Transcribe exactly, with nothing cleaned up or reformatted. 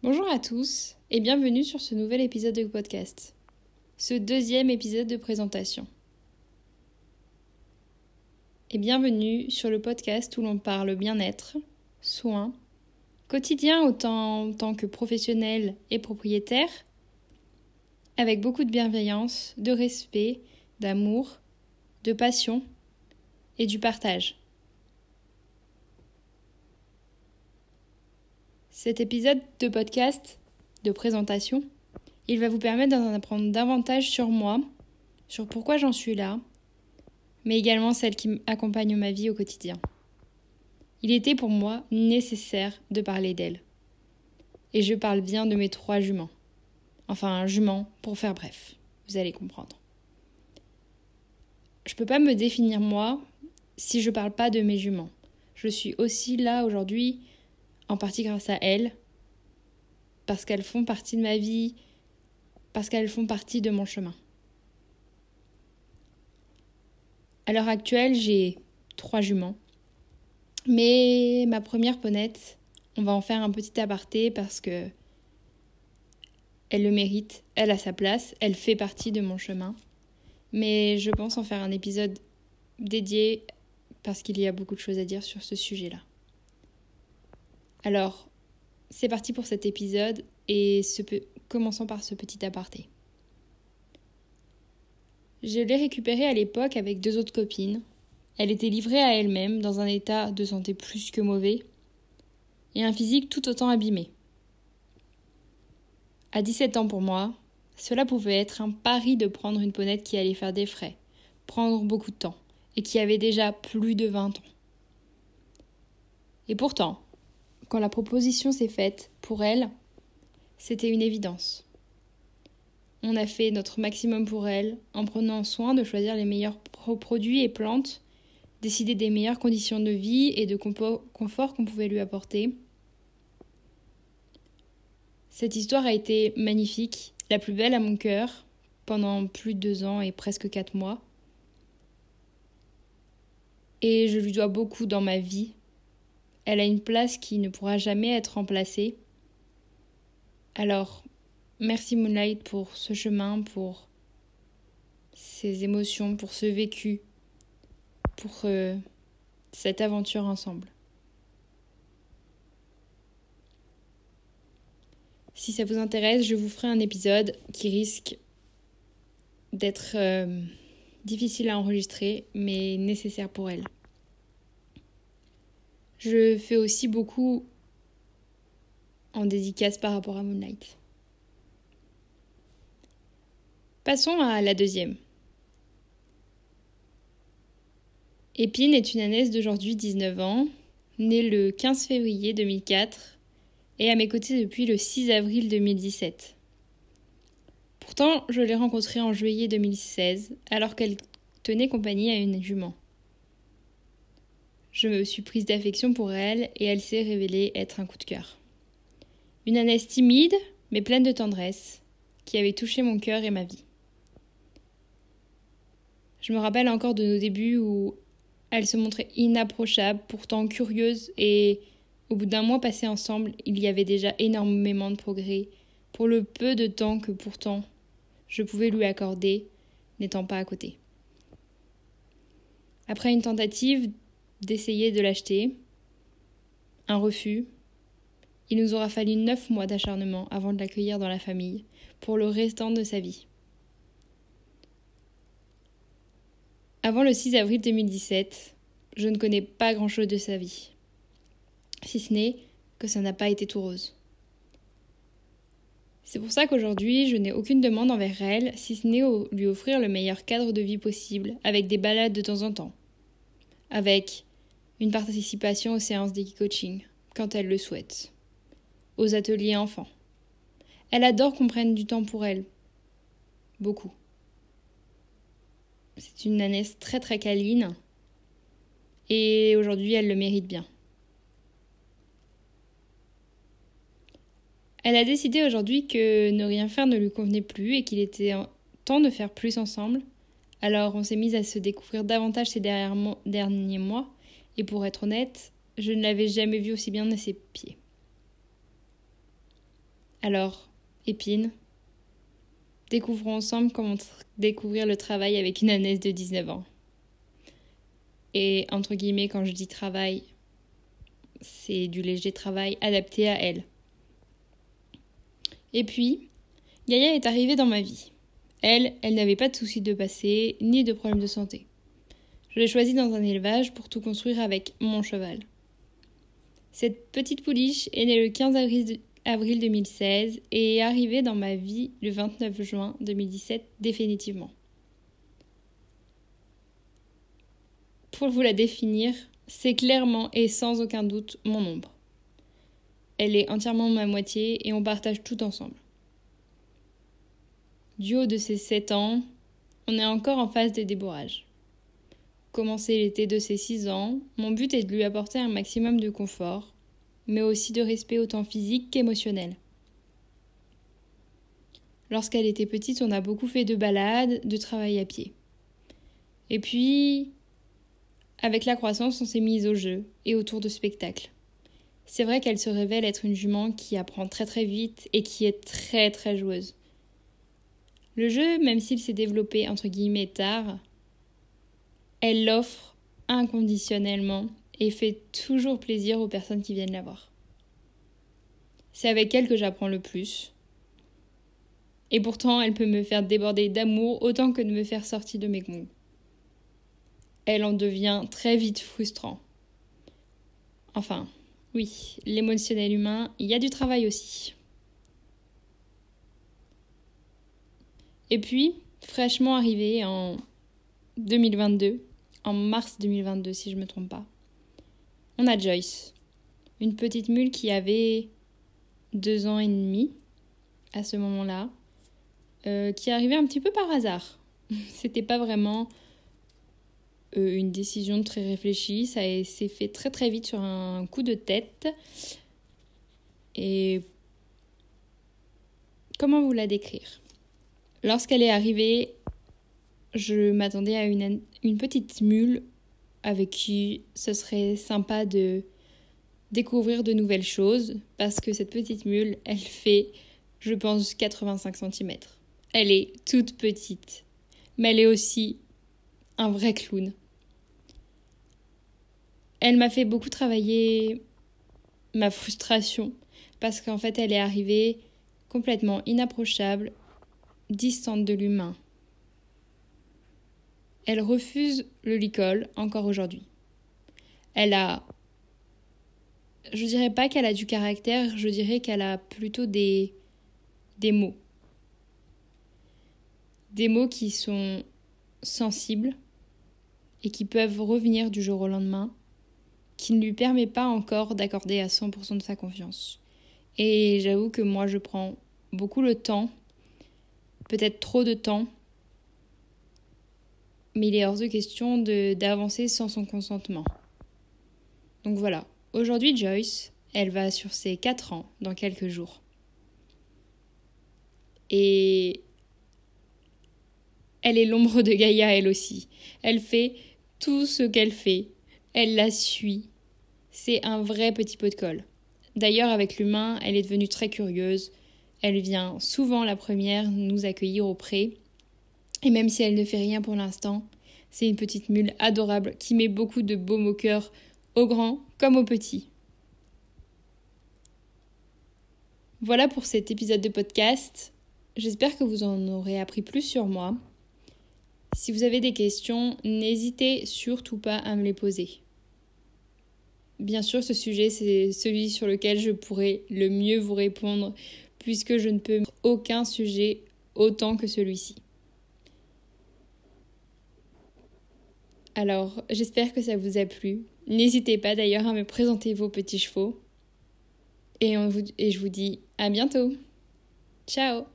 Bonjour à tous et bienvenue sur ce nouvel épisode de podcast, ce deuxième épisode de présentation. Et bienvenue sur le podcast où l'on parle bien-être, soins, quotidien autant en tant que professionnel et propriétaire, avec beaucoup de bienveillance, de respect, d'amour, de passion et du partage. Cet épisode de podcast, de présentation, il va vous permettre d'en apprendre davantage sur moi, sur pourquoi j'en suis là, mais également celle qui accompagne ma vie au quotidien. Il était pour moi nécessaire de parler d'elle. Et je parle bien de mes trois juments. Enfin, juments pour faire bref, vous allez comprendre. Je ne peux pas me définir moi si je ne parle pas de mes juments. Je suis aussi là aujourd'hui en partie grâce à elles, parce qu'elles font partie de ma vie, parce qu'elles font partie de mon chemin. À l'heure actuelle, j'ai trois juments, mais ma première ponette, on va en faire un petit aparté parce que elle le mérite, elle a sa place, elle fait partie de mon chemin, mais je pense en faire un épisode dédié parce qu'il y a beaucoup de choses à dire sur ce sujet-là. Alors, c'est parti pour cet épisode et ce pe... commençons par ce petit aparté. Je l'ai récupérée à l'époque avec deux autres copines. Elle était livrée à elle-même dans un état de santé plus que mauvais et un physique tout autant abîmé. À dix-sept ans pour moi, cela pouvait être un pari de prendre une ponette qui allait faire des frais, prendre beaucoup de temps et qui avait déjà plus de vingt ans. Et pourtant, quand la proposition s'est faite pour elle, c'était une évidence. On a fait notre maximum pour elle en prenant soin de choisir les meilleurs pro- produits et plantes, décider des meilleures conditions de vie et de compo- confort qu'on pouvait lui apporter. Cette histoire a été magnifique, la plus belle à mon cœur, pendant plus de deux ans et presque quatre mois. Et je lui dois beaucoup dans ma vie. Elle a une place qui ne pourra jamais être remplacée. Alors, merci Moonlight pour ce chemin, pour ces émotions, pour ce vécu, pour euh, cette aventure ensemble. Si ça vous intéresse, je vous ferai un épisode qui risque d'être euh, difficile à enregistrer, mais nécessaire pour elle. Je fais aussi beaucoup en dédicace par rapport à Moonlight. Passons à la deuxième. Épine est une ânaise d'aujourd'hui dix-neuf ans, née le quinze février deux mille quatre et à mes côtés depuis le six avril deux mille dix-sept. Pourtant, je l'ai rencontrée en juillet deux mille seize, alors qu'elle tenait compagnie à une jument. Je me suis prise d'affection pour elle et elle s'est révélée être un coup de cœur. Une ânaise timide, mais pleine de tendresse, qui avait touché mon cœur et ma vie. Je me rappelle encore de nos débuts où elle se montrait inapprochable, pourtant curieuse, et au bout d'un mois passé ensemble, il y avait déjà énormément de progrès pour le peu de temps que pourtant je pouvais lui accorder, n'étant pas à côté. Après une tentative d'essayer de l'acheter, un refus, il nous aura fallu neuf mois d'acharnement avant de l'accueillir dans la famille pour le restant de sa vie. Avant le six avril deux mille dix-sept, je ne connais pas grand-chose de sa vie, si ce n'est que ça n'a pas été tout rose. C'est pour ça qu'aujourd'hui, je n'ai aucune demande envers elle, si ce n'est au- lui offrir le meilleur cadre de vie possible, avec des balades de temps en temps, avec une participation aux séances d'e-coaching, quand elle le souhaite, aux ateliers enfants. Elle adore qu'on prenne du temps pour elle, beaucoup. C'est une ânesse très très câline et aujourd'hui elle le mérite bien. Elle a décidé aujourd'hui que ne rien faire ne lui convenait plus et qu'il était temps de faire plus ensemble. Alors on s'est mis à se découvrir davantage ces derniers mois et pour être honnête, je ne l'avais jamais vue aussi bien à ses pieds. Alors, Épine, découvrons ensemble comment tr- découvrir le travail avec une ânaise de dix-neuf ans. Et entre guillemets, quand je dis travail, c'est du léger travail adapté à elle. Et puis, Gaïa est arrivée dans ma vie. Elle, elle n'avait pas de soucis de passé, ni de problèmes de santé. Je l'ai choisie dans un élevage pour tout construire avec mon cheval. Cette petite pouliche est née le quinze avril deux mille seize et est arrivée dans ma vie le vingt-neuf juin deux mille dix-sept définitivement. Pour vous la définir, c'est clairement et sans aucun doute mon ombre. Elle est entièrement ma moitié et on partage tout ensemble. Du haut de ses sept ans, on est encore en phase de débourrage. Commencer l'été de ses six ans, mon but est de lui apporter un maximum de confort, mais aussi de respect autant physique qu'émotionnel. Lorsqu'elle était petite, on a beaucoup fait de balades, de travail à pied. Et puis, avec la croissance, on s'est mis au jeu et autour de spectacles. C'est vrai qu'elle se révèle être une jument qui apprend très très vite et qui est très très joueuse. Le jeu, même s'il s'est développé entre guillemets tard, elle l'offre inconditionnellement et fait toujours plaisir aux personnes qui viennent la voir. C'est avec elle que j'apprends le plus. Et pourtant, elle peut me faire déborder d'amour autant que de me faire sortir de mes gonds. Elle en devient très vite frustrant. Enfin, oui, l'émotionnel humain, il y a du travail aussi. Et puis, fraîchement arrivée en deux mille vingt-deux, en mars deux mille vingt-deux si je ne me trompe pas, on a Joyce, une petite mule qui avait deux ans et demi à ce moment-là, euh, qui est arrivée un petit peu par hasard. C'était pas vraiment euh, une décision très réfléchie, ça s'est fait très très vite sur un coup de tête. Et comment vous la décrire ? Lorsqu'elle est arrivée, je m'attendais à une, une petite mule avec qui ce serait sympa de découvrir de nouvelles choses, parce que cette petite mule, elle fait, je pense, quatre-vingt-cinq centimètres. Elle est toute petite, mais elle est aussi un vrai clown. Elle m'a fait beaucoup travailler ma frustration, parce qu'en fait, elle est arrivée complètement inapprochable, distante de l'humain. Elle refuse le licol encore aujourd'hui. Elle a, je dirais pas qu'elle a du caractère, je dirais qu'elle a plutôt des, des mots. Des mots qui sont sensibles et qui peuvent revenir du jour au lendemain, qui ne lui permet pas encore d'accorder à cent pour cent de sa confiance. Et j'avoue que moi, je prends beaucoup le temps, peut-être trop de temps, mais il est hors de question de, d'avancer sans son consentement. Donc voilà, aujourd'hui Joyce, elle va sur ses quatre ans dans quelques jours. Et elle est l'ombre de Gaïa elle aussi. Elle fait tout ce qu'elle fait, elle la suit. C'est un vrai petit pot de colle. D'ailleurs, avec l'humain, elle est devenue très curieuse. Elle vient souvent la première nous accueillir au pré. Et même si elle ne fait rien pour l'instant, c'est une petite mule adorable qui met beaucoup de baume au cœur, aux grands comme aux petits. Voilà pour cet épisode de podcast. J'espère que vous en aurez appris plus sur moi. Si vous avez des questions, n'hésitez surtout pas à me les poser. Bien sûr, ce sujet, c'est celui sur lequel je pourrais le mieux vous répondre, puisque je ne peux aucun sujet autant que celui-ci. Alors, j'espère que ça vous a plu. N'hésitez pas d'ailleurs à me présenter vos petits chevaux. Et, on vous, et je vous dis à bientôt. Ciao!